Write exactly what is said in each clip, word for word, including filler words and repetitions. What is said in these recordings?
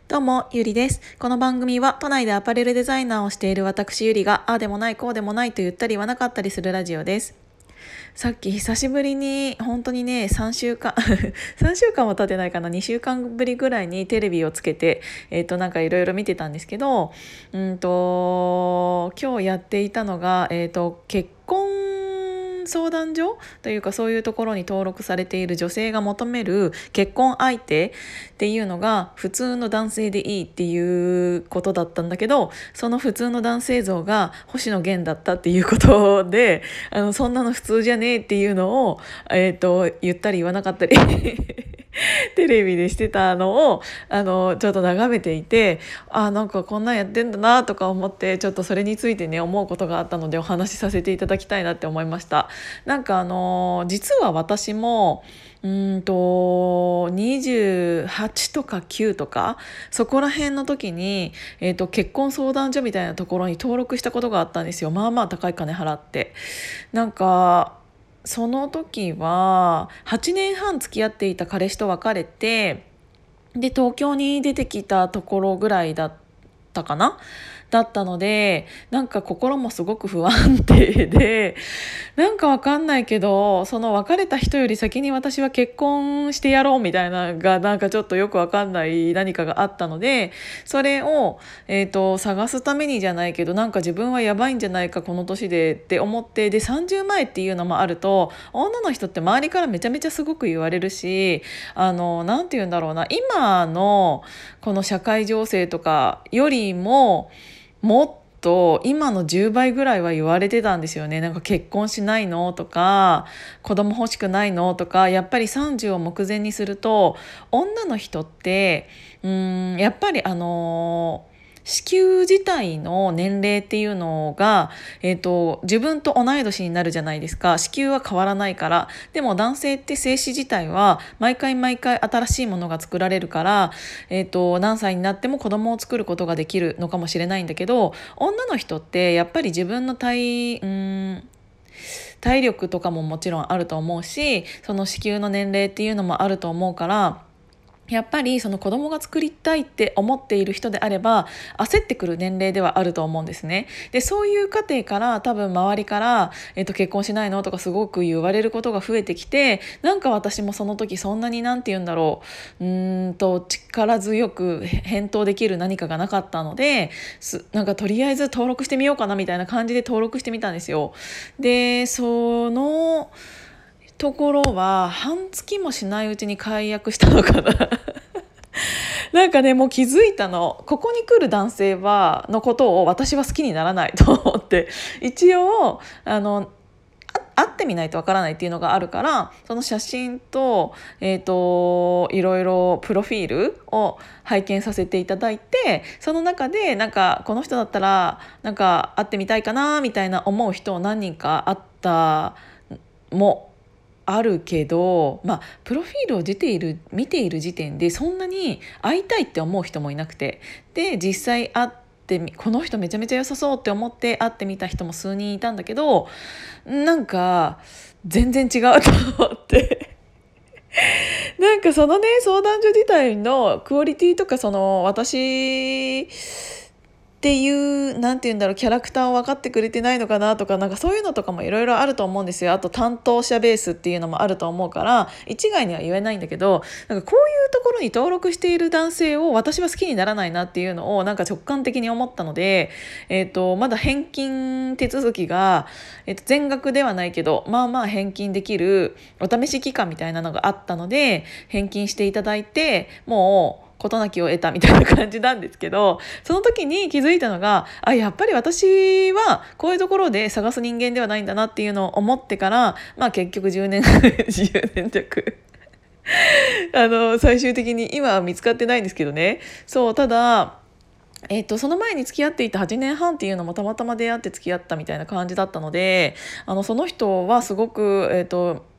どうも、ゆりです。この番組は都内でアパレルデザイナーをしている私ゆりが、ああでもないこうでもないと言ったり言わなかったりするラジオです。さっき久しぶりに本当にねさんしゅうかんさんしゅうかんは経ってないかな、にしゅうかんぶりぐらいにテレビをつけてえっ、となんかいろいろ見てたんですけど、うんと今日やっていたのがえっ、と結婚相談所というか、そういうところに登録されている女性が求める結婚相手っていうのが普通の男性でいいっていうことだったんだけど、その普通の男性像が星野源だったっていうことで、あのそんなの普通じゃねえっていうのを、えー、と言ったり言わなかったりテレビでしてたのをあのちょっと眺めていて、あなんかこんなんやってんだなとか思って、ちょっとそれについてね思うことがあったのでお話しさせていただきたいなって思いました。なんかあの実は私もうんとにじゅうはちとかきゅうとかそこら辺の時に、えー、と結婚相談所みたいなところに登録したことがあったんですよ。まあまあ高い金払って。なんかその時ははちねんはん付き合っていた彼氏と別れて、で東京に出てきたところぐらいだったかなだったので、なんか心もすごく不安定で、なんかわかんないけど、その別れた人より先に私は結婚してやろうみたいなのがなんかちょっとよくわかんない何かがあったので、それを、えーと、探すためにじゃないけど、なんか自分はやばいんじゃないかこの年でって思って、でさんじゅうまえっていうのもあると、女の人って周りからめちゃめちゃすごく言われるし、あのなんて言うんだろうな、今のこの社会情勢とかよりももっと今のじゅうばいぐらいは言われてたんですよね。なんか結婚しないのとか、子供欲しくないのとか、やっぱりさんじゅうを目前にすると女の人ってうーんやっぱりあのー子宮自体の年齢っていうのが、えーと、自分と同い年になるじゃないですか。子宮は変わらないから。でも男性って精子自体は毎回毎回新しいものが作られるから、えーと、何歳になっても子供を作ることができるのかもしれないんだけど、女の人ってやっぱり自分の体うーん体力とかももちろんあると思うし、その子宮の年齢っていうのもあると思うから、やっぱりその子供が作りたいって思っている人であれば焦ってくる年齢ではあると思うんですね。でそういう過程から多分周りから、えっと、結婚しないのとかすごく言われることが増えてきて、なんか私もその時そんなになんて言うんだろううーんと力強く返答できる何かがなかったので、すなんかとりあえず登録してみようかなみたいな感じで登録してみたんですよ。でそのところは半月もしないうちに解約したのかななんかねもう気づいたの、ここに来る男性はのことを私は好きにならないと思って、一応あの会ってみないとわからないっていうのがあるから、その写真と、えーと、いろいろプロフィールを拝見させていただいて、その中でなんかこの人だったらなんか会ってみたいかなみたいな思う人を何人か会ったもあるけど、まあ、プロフィールを出ている見ている時点でそんなに会いたいって思う人もいなくて、で実際会ってこの人めちゃめちゃ良さそうって思って会ってみた人も数人いたんだけど、なんか全然違うと思ってなんかそのね相談所自体のクオリティとか、その私っていうなんて言うんだろう、キャラクターを分かってくれてないのかなとか、なんかそういうのとかもいろいろあると思うんですよ。あと担当者ベースっていうのもあると思うから、一概には言えないんだけど、なんかこういうところに登録している男性を私は好きにならないなっていうのをなんか直感的に思ったので、えーと、まだ返金手続きが、えーと、全額ではないけどまあまあ返金できるお試し期間みたいなのがあったので返金していただいて、もう事なきを得たみたいな感じなんですけど、その時に気づいたのが、あやっぱり私はこういうところで探す人間ではないんだなっていうのを思ってから、まあ結局じゅうねんじゅうねん弱あの最終的に今は見つかってないんですけどね。そうただえー、とその前に付き合っていたはちねんはんっていうのもたまたま出会って付き合ったみたいな感じだったので、あのその人はすごく、えーと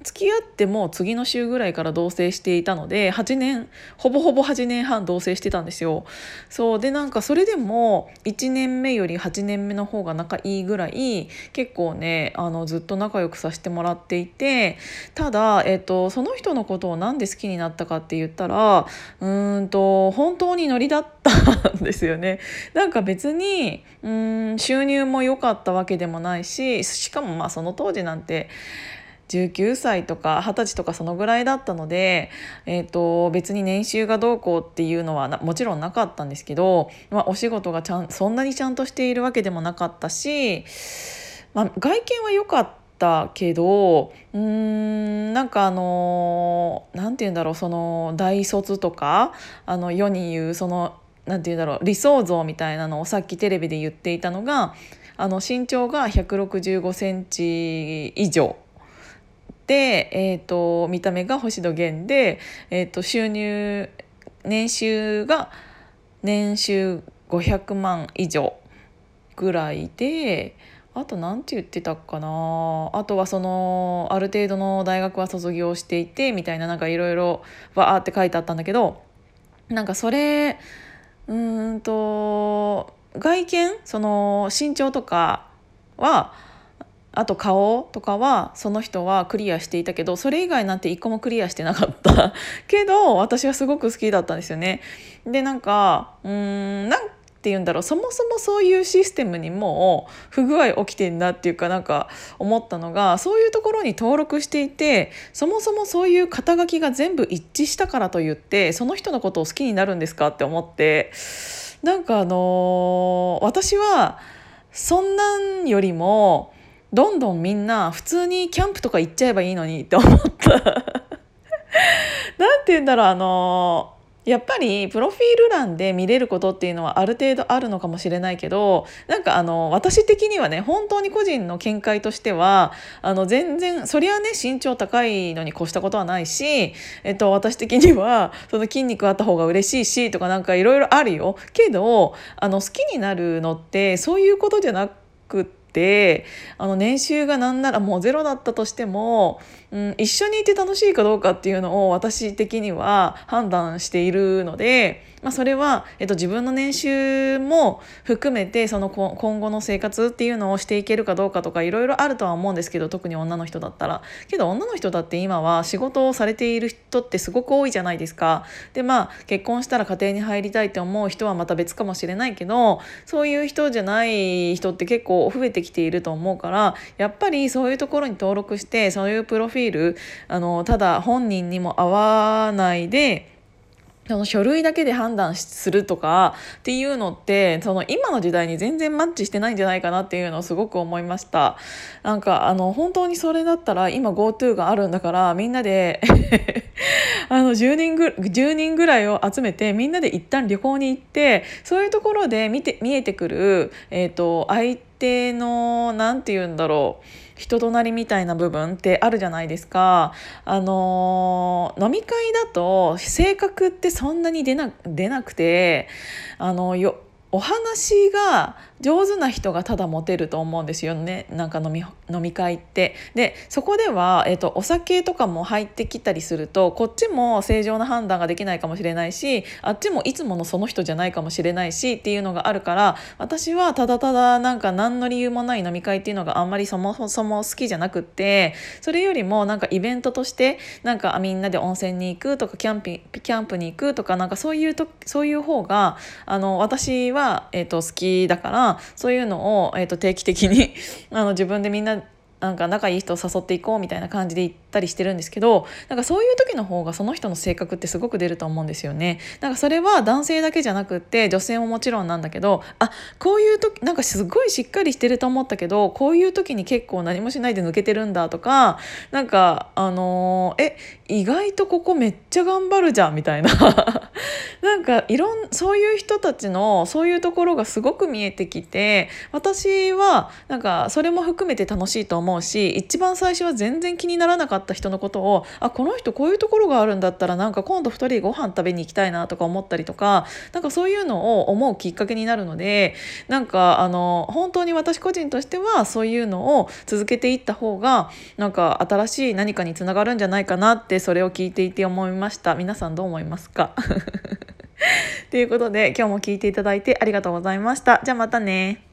付き合っても次の週ぐらいから同棲していたのではちねんほぼほぼはちねんはん同棲してたんですよ。そうでなんかそれでもいちねんめよりはちねんめの方が仲いいぐらい結構ねあのずっと仲良くさせてもらっていて、ただ、えっと、その人のことをなんで好きになったかって言ったらうーんと本当にノリだったんですよね。なんか別にうーん収入も良かったわけでもないし、しかもまあその当時なんてじゅうきゅうさいとかはたちとかそのぐらいだったので、えー、と別に年収がどうこうっていうのはなもちろんなかったんですけど、まあ、お仕事がちゃんそんなにちゃんとしているわけでもなかったし、まあ、外見は良かったけどうーんなんかあのなんて言うんだろう、その大卒とかあの世に言うそのなんて言うんだろう理想像みたいなのをさっきテレビで言っていたのが、あの身長がひゃくろくじゅうごセンチ以上で、えー、と見た目が星野源で、えー、と収入年収が年収ごひゃくまん以上ぐらいで、あと何て言ってたかな、あとはそのある程度の大学は卒業していてみたいな、なんかいろいろわーって書いてあったんだけど、なんかそれうーんと外見その身長とかはあと顔とかはその人はクリアしていたけど、それ以外なんて一個もクリアしてなかったけど私はすごく好きだったんですよね。でなんかうーんなんて言うんだろう、そもそもそういうシステムにもう不具合起きてんなっていうか、なんか思ったのが、そういうところに登録していてそもそもそういう肩書きが全部一致したからといってその人のことを好きになるんですかって思って、なんかあのー私はそんなんよりもどんどんみんな普通にキャンプとか行っちゃえばいいのにって思ったなんて言うんだろう、あのやっぱりプロフィール欄で見れることっていうのはある程度あるのかもしれないけど、なんかあの私的にはね本当に個人の見解としてはあの全然そりゃね身長高いのに越したことはないし、えっと、私的にはその筋肉あった方が嬉しいしとかなんかいろいろあるよけど、あの好きになるのってそういうことじゃなくてであの年収がなんならもうゼロだったとしても、うん、一緒にいて楽しいかどうかっていうのを私的には判断しているので、まあ、それは、えっと、自分の年収も含めてその今後の生活っていうのをしていけるかどうかとかいろいろあるとは思うんですけど、特に女の人だったらけど女の人だって今は仕事をされている人ってすごく多いじゃないですか。でまあ結婚したら家庭に入りたいって思う人はまた別かもしれないけど、そういう人じゃない人って結構増えてきていると思うから、やっぱりそういうところに登録してそういうプロフィールあのただ本人にも合わないでその書類だけで判断するとかっていうのってその今の時代に全然マッチしてないんじゃないかなっていうのをすごく思いました。なんかあの本当にそれだったら今 GoTo があるんだからみんなであのじゅうにんぐじゅうにんぐらいを集めてみんなで一旦旅行に行って、そういうところで見て見えてくる、えーと、相手のなんて言うんだろう人となりみたいな部分ってあるじゃないですか。あの飲み会だと性格ってそんなに出な、出なくてあのよお話が上手な人がただモテると思うんですよね。なんか飲み、飲み会ってでそこでは、えーと、お酒とかも入ってきたりするとこっちも正常な判断ができないかもしれないし、あっちもいつものその人じゃないかもしれないしっていうのがあるから、私はただただなんか何の理由もない飲み会っていうのがあんまりそもそも好きじゃなくって、それよりもなんかイベントとしてなんかみんなで温泉に行くとかキャンプ、キャンプに行くとかなんかそういうとそういう方があの私は、えーと、好きだから、そういうのを、えーと、定期的にあの自分でみんななんか仲いい人を誘っていこうみたいな感じで行ったりしてるんですけど、なんかそういう時の方がその人の性格ってすごく出ると思うんですよね。なんかそれは男性だけじゃなくって女性ももちろんなんだけど、あこういう時なんかすごいしっかりしてると思ったけどこういう時に結構何もしないで抜けてるんだとか、なんかあのー、え意外とここめっちゃ頑張るじゃんみたいななんかいろんそういう人たちのそういうところがすごく見えてきて、私はなんかそれも含めて楽しいと思思うし、一番最初は全然気にならなかった人のことを、あ、この人こういうところがあるんだったらなんか今度ふたりでご飯食べに行きたいなとか思ったりとか、なんかそういうのを思うきっかけになるので、なんかあの本当に私個人としてはそういうのを続けていった方がなんか新しい何かにつながるんじゃないかなって、それを聞いていて思いました。皆さんどう思いますか？ということで今日も聞いていただいてありがとうございました。じゃあまたね。